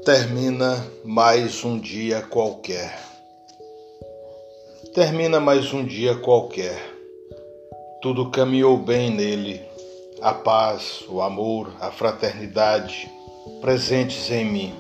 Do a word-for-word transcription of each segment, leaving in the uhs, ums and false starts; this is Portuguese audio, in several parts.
Termina mais um dia qualquer. Termina mais um dia qualquer. Tudo caminhou bem nele. A paz, o amor, a fraternidade, presentes em mim.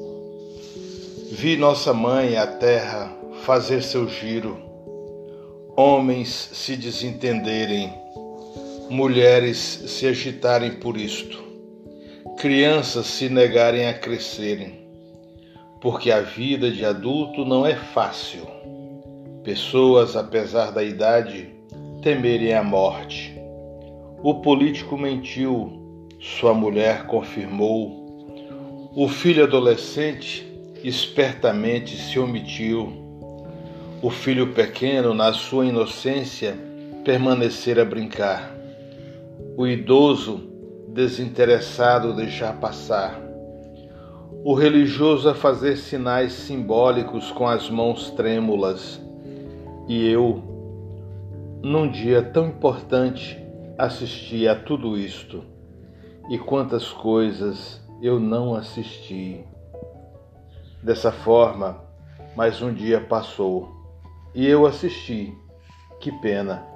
Vi nossa mãe, a terra, fazer seu giro. Homens se desentenderem. Mulheres se agitarem por isto. Crianças se negarem a crescerem, porque a vida de adulto não é fácil. Pessoas, apesar da idade, temerem a morte. O político mentiu, sua mulher confirmou. O filho adolescente espertamente se omitiu. O filho pequeno, na sua inocência, permanecer a brincar. O idoso desinteressado deixar passar, o religioso a fazer sinais simbólicos com as mãos trêmulas, e eu, num dia tão importante, assisti a tudo isto, e quantas coisas eu não assisti. Dessa forma, mais um dia passou, e eu assisti. Que pena!